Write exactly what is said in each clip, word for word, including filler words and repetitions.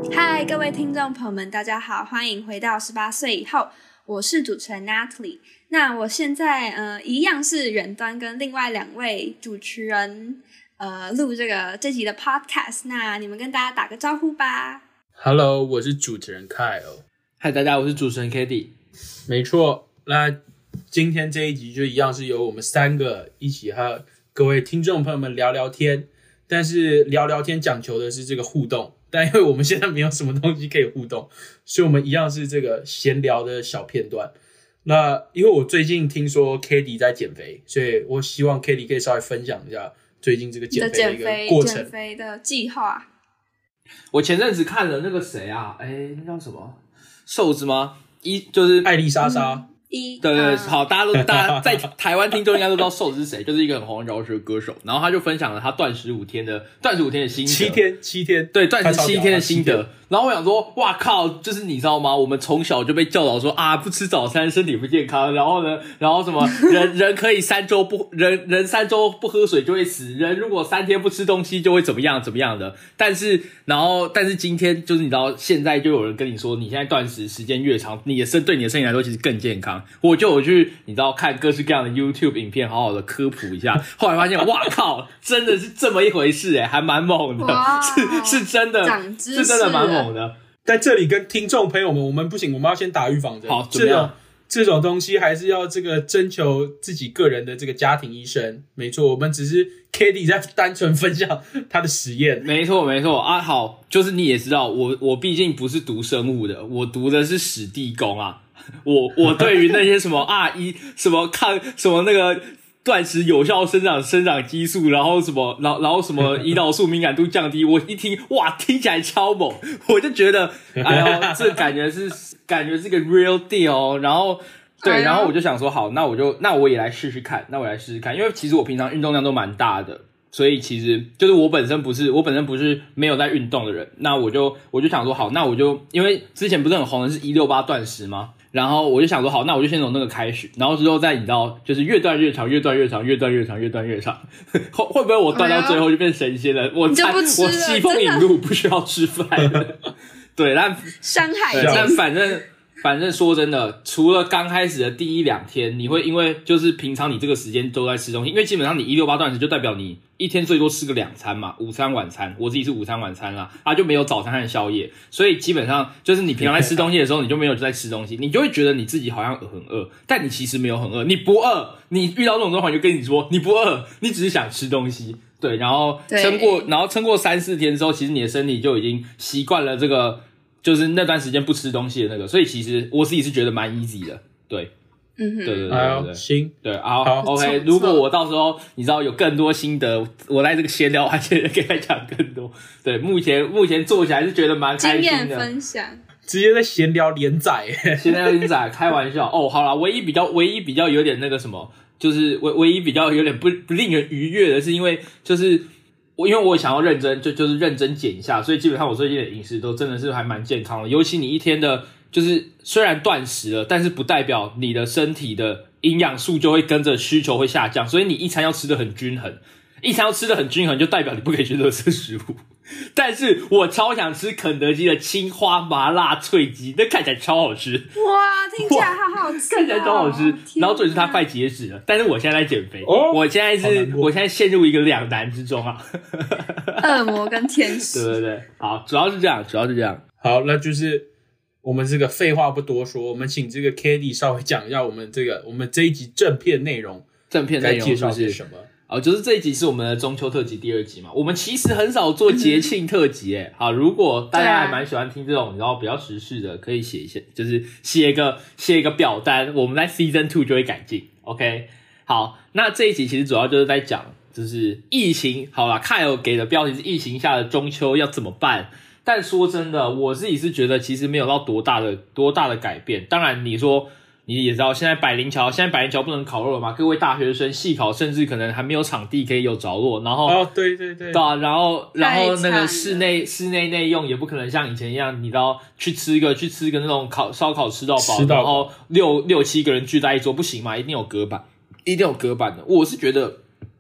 嗨，各位听众朋友们，大家好，欢迎回到十八岁以后，我是主持人 Natalie。那我现在呃一样是远端跟另外两位主持人呃录这个这集的 podcast， 那你们跟大家打个招呼吧。 Hello， 我是主持人 Kyle。 嗨，大家，我是主持人 K D。 没错，那今天这一集就一样是由我们三个一起和各位听众朋友们聊聊天，但是聊聊天讲求的是这个互动。但因为我们现在没有什么东西可以互动，所以我们一样是这个闲聊的小片段。那因为我最近听说 K D 在减肥，所以我希望 K D 可以稍微分享一下最近这个减肥的一个过程。 减肥的计划。 我前阵子看了那个谁啊，哎，那叫什么？瘦子吗？一就是艾丽莎莎。嗯一对对，好，大家都大家在台湾听众应该都知道瘦子是谁，就是一个很红的饶舌歌手。然后他就分享了他断食五天的断食五天的心得， 七天七天， 对，断食七天的心得。然后我想说，哇靠，就是你知道吗？我们从小就被教导说啊，不吃早餐身体不健康。然后呢，然后什么人人可以三周不人人三周不喝水就会死，人如果三天不吃东西就会怎么样怎么样的。但是然后但是今天就是你知道，现在就有人跟你说，你现在断食时间越长，你的身对你的身体来说其实更健康。我就有去你知道看各式各样的 YouTube 影片，好好的科普一下。后来发现，哇靠，真的是这么一回事哎、欸，还蛮猛的，是是真的， 长知识是真的蛮猛的。 在这里跟听众朋友们，我们不行，我们要先打预防针。 好， 这种这种东西还是要这个征求自己个人的这个家庭医生。没错，我们只是 K D 在单纯分享他的实验。 没错没错啊，好，就是你也知道，我我毕竟不是读生物的，我读的是史地工啊。我我对于那些什么啊一什么抗什么那个。断食有效生长生长激素，然后什么，然后然后什么胰岛素敏感度降低，我一听哇，听起来超猛，我就觉得，哎呦，这感觉是感觉是个 real deal， 然后对，然后我就想说，好，那我就那我也来试试看，那我来试试看，因为其实我平常运动量都蛮大的，所以其实就是我本身不是我本身不是没有在运动的人，那我就我就想说，好，那我就因为之前不是很红的是一六八断食吗？然后我就想说，好，那我就先从那个开始，然后之后再你知道，就是越断越长，越断越长，越断越长，越断越长。会会不会我断到最后就变神仙了？我你就不吃了， 我西风引路不需要吃饭了。对，但山海但反正反正说真的，除了刚开始的第一两天，你会因为就是平常你这个时间都在吃东西，因为基本上你一六八断食就代表你一天最多吃个两餐嘛，午餐晚餐，我自己是午餐晚餐啦，啊就没有早餐和宵夜，所以基本上就是你平常在吃东西的时候，你就没有在吃东西，你就会觉得你自己好像很饿，但你其实没有很饿，你不饿，你遇到这种状况就跟你说你不饿，你只是想吃东西，对，然后撑过，然后撑过三四天之后，其实你的身体就已经习惯了这个。就是那段时间不吃东西的那个，所以其实我自己是觉得蛮 easy 的，对， 嗯哼， 对对对对对， 行， 对，好, 好 ，OK。如果我到时候你知道有更多心得，我在这个闲聊环节给大家讲更多。对，目前目前做起来是觉得蛮开心的， 经验分享， 直接在闲聊连载， 闲聊连载，开玩笑哦。好啦，唯一比较唯一比较有点那个什么，就是唯唯一比较有点不不令人愉悦的是，因为就是。我因为我想要认真，就就是认真减一下，所以基本上我最近的饮食都真的是还蛮健康的。尤其你一天的，就是虽然断食了，但是不代表你的身体的营养素就会跟着需求会下降，所以你一餐要吃得很均衡，一餐要吃得很均衡，就代表你不可以去垃圾食物。但是我超想吃肯德基的青花麻辣脆鸡，那看起来超好吃。 哇，听起来好好吃、哦， 看起来超好吃。然后重点是它快截止了，但是我现在在减肥， 哦、 我现在是，我现在陷入一个两难之中啊。 恶魔跟天使， 对对对，好，主要是这样，主要是这样。 好，那就是我们这个废话不多说，我们请这个 K D 稍微讲一下我们这个我们这一集正片内容， 正片内容介绍是什么？ 哦，就是这一集是我们的中秋特辑第二集嘛。我们其实很少做节庆特辑诶、嗯、好，如果大家还蛮喜欢听这种你知道比较时事的，可以写一些，就是写一个写一个表单，我们在 Season 二 就会改进。OK， 好，那这一集其实主要就是在讲就是疫情，好啦 Kyle 给的标题是疫情下的中秋要怎么办。但说真的，我自己是觉得其实没有到多大的多大的改变。当然你说你也知道，现在百灵桥，现在百灵桥不能烤肉了嘛？各位大学生细烤，甚至可能还没有场地可以有着落。然后， 哦，对对对， 对啊，然后，然后那个室内室内内用也不可能像以前一样，你知道去吃一个去吃一个那种烤烧烤吃到饱， 吃到然后六六七个人聚在一桌，不行嘛？一定有隔板，一定有隔板的。我是觉得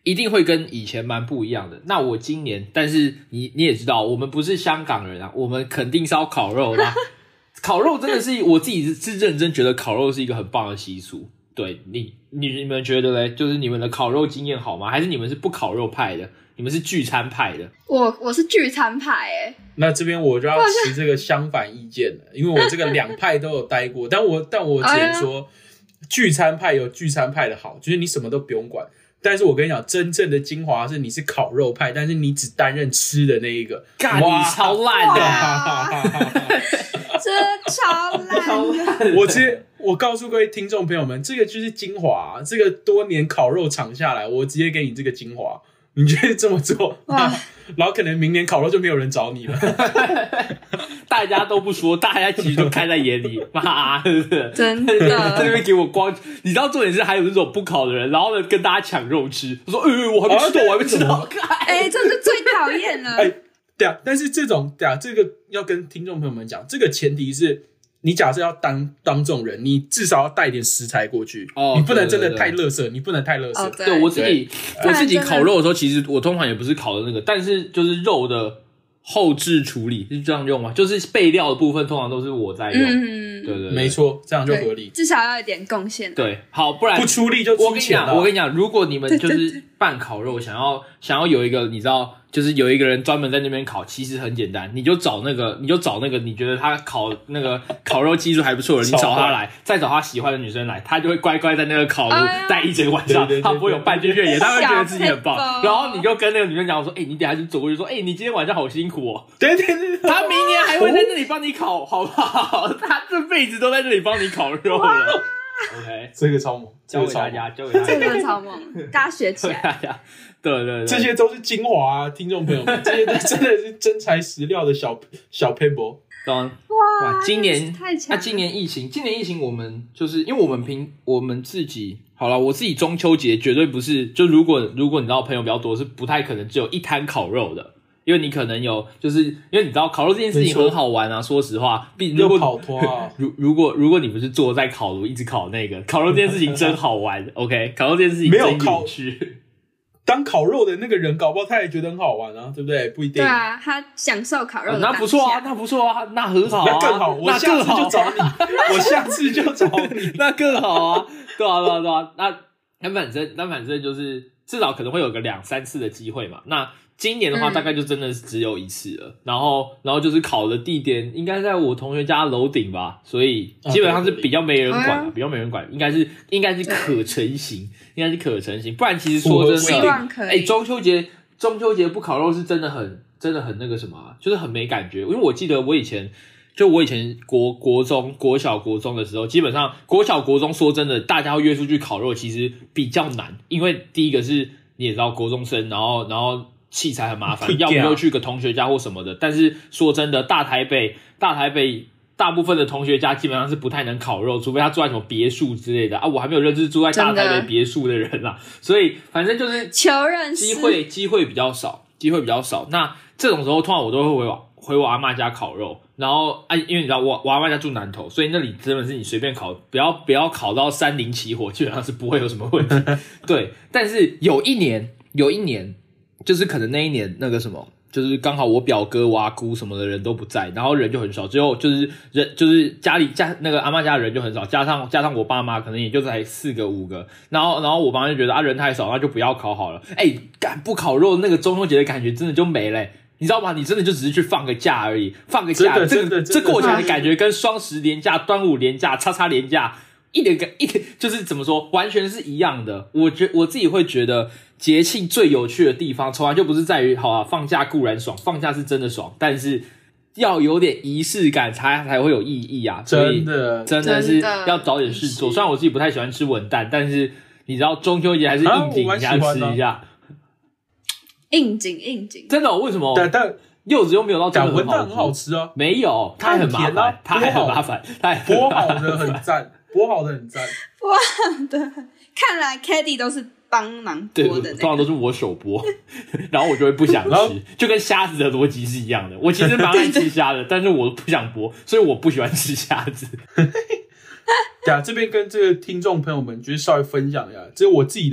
一定会跟以前蛮不一样的。那我今年，但是你你也知道，我们不是香港人啊，我们肯定是要烤肉的。烤肉真的是我自己是认真觉得烤肉是一个很棒的习俗。对你你你们觉得嘞？就是你们的烤肉经验好吗？还是你们是不烤肉派的？你们是聚餐派的？ 我我是聚餐派诶。 那这边我就要持这个相反意见了，因为我这个两派都有待过，但我但我只能说，聚餐派有聚餐派的好，就是你什么都不用管。但是我跟你讲，真正的精华是你是烤肉派，但是你只担任吃的那一个， 干你超烂的， 这超烂的。 我直接我告诉各位听众朋友们，这个就是精华、啊。这个多年烤肉场下来，我直接给你这个精华。你觉得这么做，然后可能明年烤肉就没有人找你了。 大家都不说，大家其实都看在眼里，妈的， 真的在那边给我光，你知道重点是还有那种不烤的人，然后呢跟大家抢肉吃，我说，哎、欸，我还没吃到，啊、我还没吃到， 哎、欸，这是最讨厌了。 哎、欸，对啊，但是这种对啊，这个要跟听众朋友们讲，这个前提是。你假设要当当这种人，你至少要带点食材过去，哦、你不能真的太垃圾，你不能太垃圾。 哦、对, 对我自己，我自己烤肉的时候，其实我通常也不是烤的那个，但是就是肉的后置处理是这样用吗？就是备料的部分通常都是我在用，嗯、对, 对对， 没错，这样就合理， 至少要有点贡献。 对，好，不然不出力就出钱了。 我跟你讲，如果你们就是办烤肉，想要想要有一个，你知道。就是有一个人专门在那边烤，其实很简单，你就找那个，你就找那个你觉得他烤那个烤肉技术还不错的人，你找他来，再找他喜欢的女生来，他就会乖乖在那个烤炉待一整晚上，对对对对，他不会有半句怨言，他会觉得自己很棒。然后你就跟那个女生讲说，哎、欸，你等一下就走过去说，哎、欸，你今天晚上好辛苦哦。 对对对， 他明年还会在那里帮你烤，好不好？他这辈子都在这里帮你烤肉了。OK， 这个超猛， 教给大家，教给大家， 这个超猛，大家学起来。 对对对， 这些都是精华啊，听众朋友们，这些都真的是真材实料的小小 paper。 哇哇，今年那、啊、今年疫情，今年疫情我们就是因为我们平我们自己好了，我自己中秋节绝对不是，就如果如果你知道朋友比较多，是不太可能只有一摊烤肉的。因为你可能有，就是因为你知道烤肉这件事情很好玩啊。说实话，如果跑脱啊， 如如果如果你不是坐在烤炉一直烤那个烤肉这件事情真好玩。OK， 烤肉这件事情真有趣。 当烤肉的那个人，搞不好他也觉得很好玩啊，对不对？不一定。 对啊，他享受烤肉的、 啊，那不错啊，那不错啊，那很好啊， 那更好。我下次就找你，我下次就找你， 那更好啊。对啊，对啊，对啊。那那反正那反正就是至少可能会有个两三次的机会嘛。那今年的话，大概就真的是只有一次了。嗯、然后，然后就是烤的地点应该在我同学家楼顶吧，所以基本上是比较没人管、啊，比较没人管，应该是应该是可成型，应该是可成型。不然其实说真的，哎、欸，中秋节中秋节不烤肉是真的很真的很那个什么、啊，就是很没感觉。因为我记得我以前就我以前国国中、国小、国中的时候，基本上国小、国中说真的，大家要约出去烤肉其实比较难，因为第一个是你也知道国中生，然后然后。器材很麻烦，要不就去个同学家或什么的。但是说真的，大台北、大台北大部分的同学家基本上是不太能烤肉，除非他住在什么别墅之类的啊。我还没有认识住在大台北别墅的人啦，所以反正就是求认识机会机会比较少，机会比较少。那这种时候，通常我都会回我回我阿嬷家烤肉。然后啊，因为你知道我我阿嬷家住南投，所以那里真的是你随便烤，不要不要烤到山林起火，基本上是不会有什么问题。对，但是有一年，有一年。就是可能那一年那个什么，就是刚好我表哥、我阿姑什么的人都不在，然后人就很少，只有就是人就是家里家那个阿嬷家的人就很少，加上加上我爸妈可能也就才四个五个，然后然后我爸妈就觉得啊人太少，那就不要烤好了。哎，干不烤肉那个中秋节的感觉真的就没了、欸，你知道吗？你真的就只是去放个假而已，放个假，这个这过起来的感觉跟双十连假、端午连假、叉叉连假一点一点就是怎么说，完全是一样的。我觉我自己会觉得。节庆最有趣的地方，从来就不是在于好啊，放假固然爽，放假是真的爽，但是要有点仪式感才才会有意义啊！ 真的， 真的是要找点事做。虽然我自己不太喜欢吃文旦，但是你知道中秋节还是应景一下吃一下， 应景应景。 真的、哦？为什么？ 但但柚子又没有到真的文旦很好吃啊， 没有，它很麻烦，它还很麻烦，它剥好的很赞，剥好的很赞， 剥好的。看来 Caddy 都是。帮忙剥的、那个， 通常都是我手剥，然后我就会不想吃，就跟虾子的逻辑是一样的。我其实蛮爱吃虾的，但是我不想剥，所以我不喜欢吃虾子。 对啊，这边跟这个听众朋友们就是稍微分享一下，这是我自己的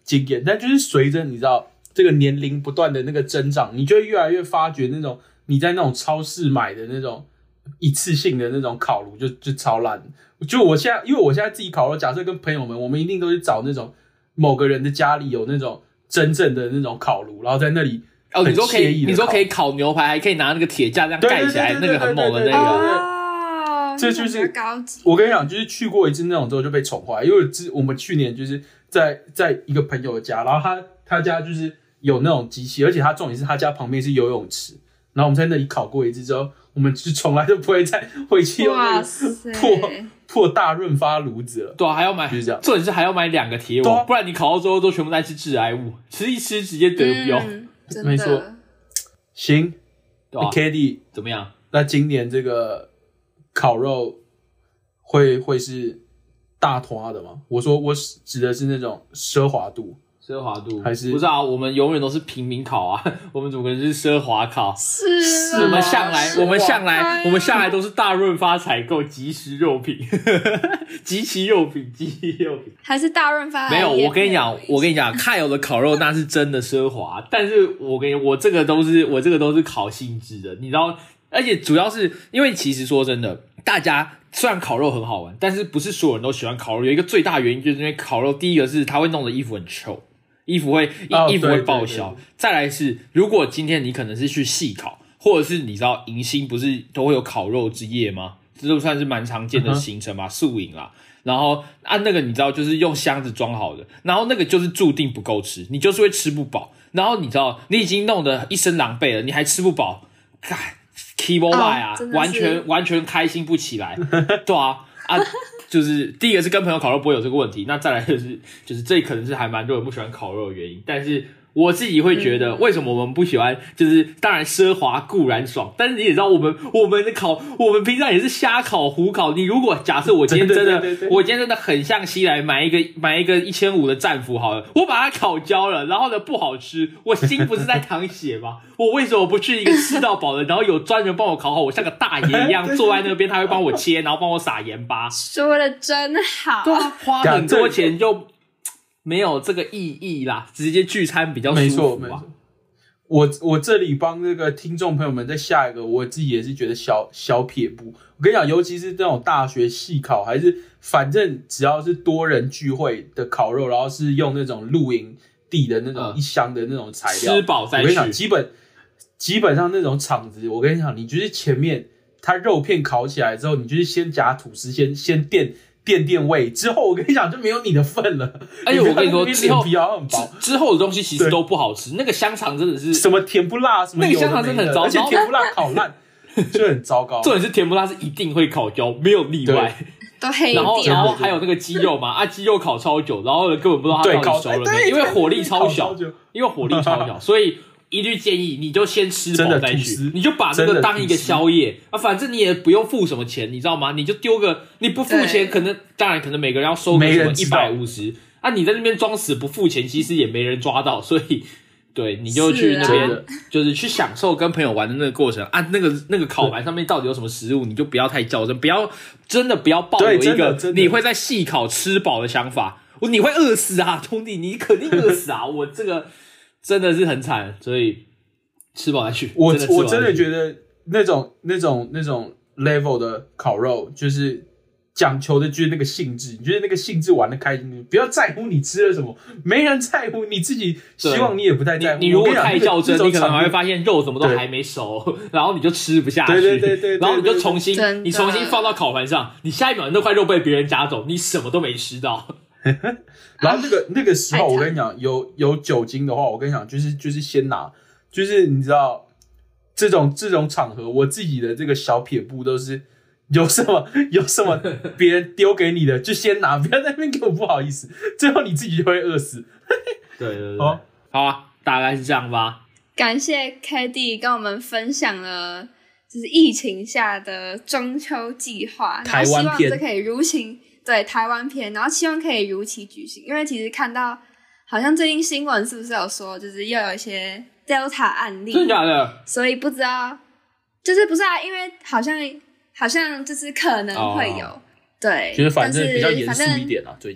经验，但就是随着你知道这个年龄不断的那个增长，你就会越来越发觉那种你在那种超市买的那种一次性的那种烤炉就就超烂。就我现在，因为我现在自己烤肉，假设跟朋友们，我们一定都是找那种某个人的家里有那种真正的那种烤炉，然后在那里哦，你说可以，你说可以烤牛排，还可以拿那个铁架这样盖起来，那个很猛的那个。 哦， 这就是高级。 我跟你讲，就是去过一次那种之后就被宠坏，因为我们去年就是在在一个朋友的家，然后他他家就是有那种机器，而且他重点是他家旁边是游泳池，然后我们在那里烤过一次之后，我们就从来都不会再回去用那个破破大润发炉子了。 对啊，还要买，就是这样。重点是还要买两个铁网，啊、不然你烤到最后都全部在吃致癌物，吃一吃直接得标。 嗯、 没错。行， 对啊 ，K D 怎么样？ 那今年这个烤肉会会是大团的吗？我说我指的是那种奢华度。 奢华度还是不是啊？我们永远都是平民烤啊，我们怎么可能是奢华烤？ 是， 是我们向来，我们向来，我们向来都是大润发采购即食肉品，即其肉品，即其肉品， 还是大润发？ 没有，我跟你讲，我跟你讲，Kyle 的烤肉那是真的奢华，但是我跟你，我这个都是，我这个都是烤性质的，你知道，而且主要是因为其实说真的，大家。虽然烤肉很好玩，但是不是所有人都喜欢烤肉。有一个最大原因就是因为烤肉，第一个是它会弄得衣服很臭，衣服会、哦、衣服会报销。再来是，如果今天你可能是去细烤，或者是你知道迎新不是都会有烤肉之夜吗？这都算是蛮常见的行程嘛，宿营啦。然后啊，那个你知道就是用箱子装好的，然后那个就是注定不够吃，你就是会吃不饱。然后你知道你已经弄得一身狼狈了，你还吃不饱，干。Keyboard 啊、哦，完全完全开心不起来，对啊啊，就是第一个是跟朋友烤肉不会有这个问题，那再来就是就是这可能是还蛮多人不喜欢烤肉的原因，但是我自己会觉得为什么我们不喜欢，就是当然奢华固然爽，但是你也知道我们我们的烤，我们平常也是瞎烤胡烤，你如果假设我今天真的我今天真的很像西来买一个买一个一千五的战斧好了，我把它烤焦了，然后呢不好吃，我心不是在淌血吗？我为什么不去一个吃到饱的，然后有专人帮我烤好，我像个大爷一样坐在那边，他会帮我切，然后帮我撒盐巴。 说的真好， 对啊，花很多钱就没有这个意义啦，直接聚餐比较舒服。没错，没错。 我我这里帮那个听众朋友们再下一个，我自己也是觉得小小撇步。我跟你讲，尤其是这种大学系烤，还是反正只要是多人聚会的烤肉，然后是用那种露营地的那种一箱的那种材料， 吃饱再去。 我跟你讲，基本。基本上那种场子，我跟你讲，你就是前面它肉片烤起来之后，你就是先夹吐司，先先垫垫垫味，之后我跟你讲就没有你的份了。 哎呦，我跟你说，之后皮要很薄， 之后的东西其实都不好吃。那个香肠真的是什么甜不辣，什么那个香肠真的很糟糕， 而且甜不辣烤烂就很糟糕。 重点是甜不辣是一定会烤焦，没有例外。 都黑然后，然后还有那个鸡肉嘛，啊，鸡肉烤超久，然后根本不知道它到底熟了没，因为火力超小，因为火力超小，所以。一律建议你就先吃饱再去，你就把这个当一个宵夜啊，反正你也不用付什么钱，你知道吗？你就丢个，你不付钱，可能当然可能每个人要收个什么一百五十啊，你在那边装死不付钱，其实也没人抓到，所以对，你就去那边，是就是去享受跟朋友玩的那个过程啊。那个那个烤盘上面到底有什么食物，你就不要太较真，不要真的不要抱有一个你会在细烤吃饱的想法，你会饿死啊，兄弟，你肯定饿死啊！我这个。真的是很惨，所以吃饱再去。 我真我真的觉得那种那种那种 level 的烤肉，就是讲求的就是那个兴致。你觉得那个兴致玩的开心，不要在乎你吃了什么，没人在乎，你自己希望你也不太在乎。 你, 你如果太较真，你可能还会发现肉怎么都还没熟，然后你就吃不下去。 对对对 对, 对， 然后你就重新你重新放到烤盘上，你下一秒那块肉被别人夹走，你什么都没吃到。 然后那个那个时候，我跟你讲，有有酒精的话，我跟你讲，就是就是先拿，就是你知道这种这种场合，我自己的这个小撇步都是有什么有什么别人丢给你的，就先拿，不要在那边给我不好意思，最后你自己就会饿死。 对对对，好，好啊，大概是这样吧。 感谢 K D 跟我们分享了就是疫情下的中秋计划，然后希望这可以如期。对台湾篇，然后希望可以如期举行，因为其实看到好像最近新闻是不是有说，就是又有一些 Delta 案例， 真的假的？ 所以不知道，就是不是啊？因为好像好像就是可能会有，哦、对， 就是反正比较严肃一点啊，最近。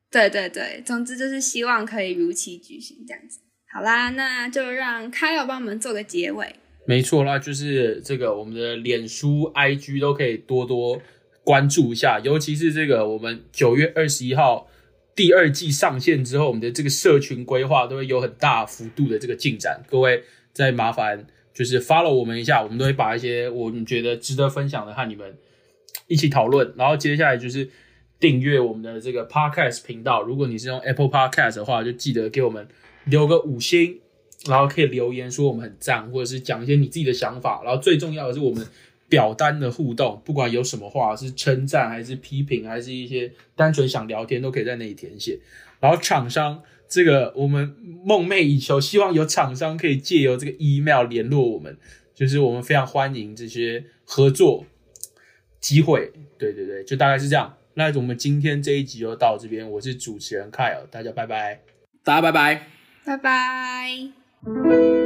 对对对，总之就是希望可以如期举行这样子。好啦，那就让 Kyle 帮我们做个结尾。 没错啦，就是这个我们的脸书 I G 都可以多多关注一下，尤其是这个我们九月二十一号第二季上线之后，我们的这个社群规划都会有很大幅度的这个进展，各位再麻烦就是 follow 我们一下，我们都会把一些我们觉得值得分享的和你们一起讨论。然后接下来就是订阅我们的这个 podcast 频道，如果你是用 Apple Podcast 的话，就记得给我们留个五星，然后可以留言说我们很赞，或者是讲一些你自己的想法。然后最重要的是我们表单的互动，不管有什么话是称赞还是批评，还是一些单纯想聊天，都可以在那里填写。然后厂商这个我们梦寐以求，希望有厂商可以借由这个 email 联络我们，就是我们非常欢迎这些合作机会。对对对，就大概是这样。那我们今天这一集就到这边，我是主持人 Kyle， 大家拜拜， 大家拜拜， 拜拜。